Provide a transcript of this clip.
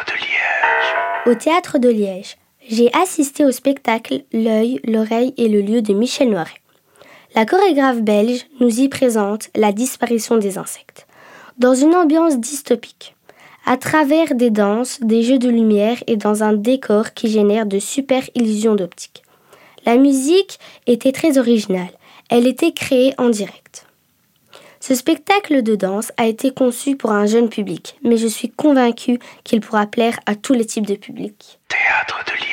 Théâtre de Liège. Au Théâtre de Liège, j'ai assisté au spectacle L'œil, l'oreille et le lieu de Michel Noiret. La chorégraphe belge nous y présente la disparition des insectes, dans une ambiance dystopique, à travers des danses, des jeux de lumière et dans un décor qui génère de super illusions d'optique. La musique était très originale, elle était créée en direct. Ce spectacle de danse a été conçu pour un jeune public, mais je suis convaincue qu'il pourra plaire à tous les types de publics. Théâtre de Liège.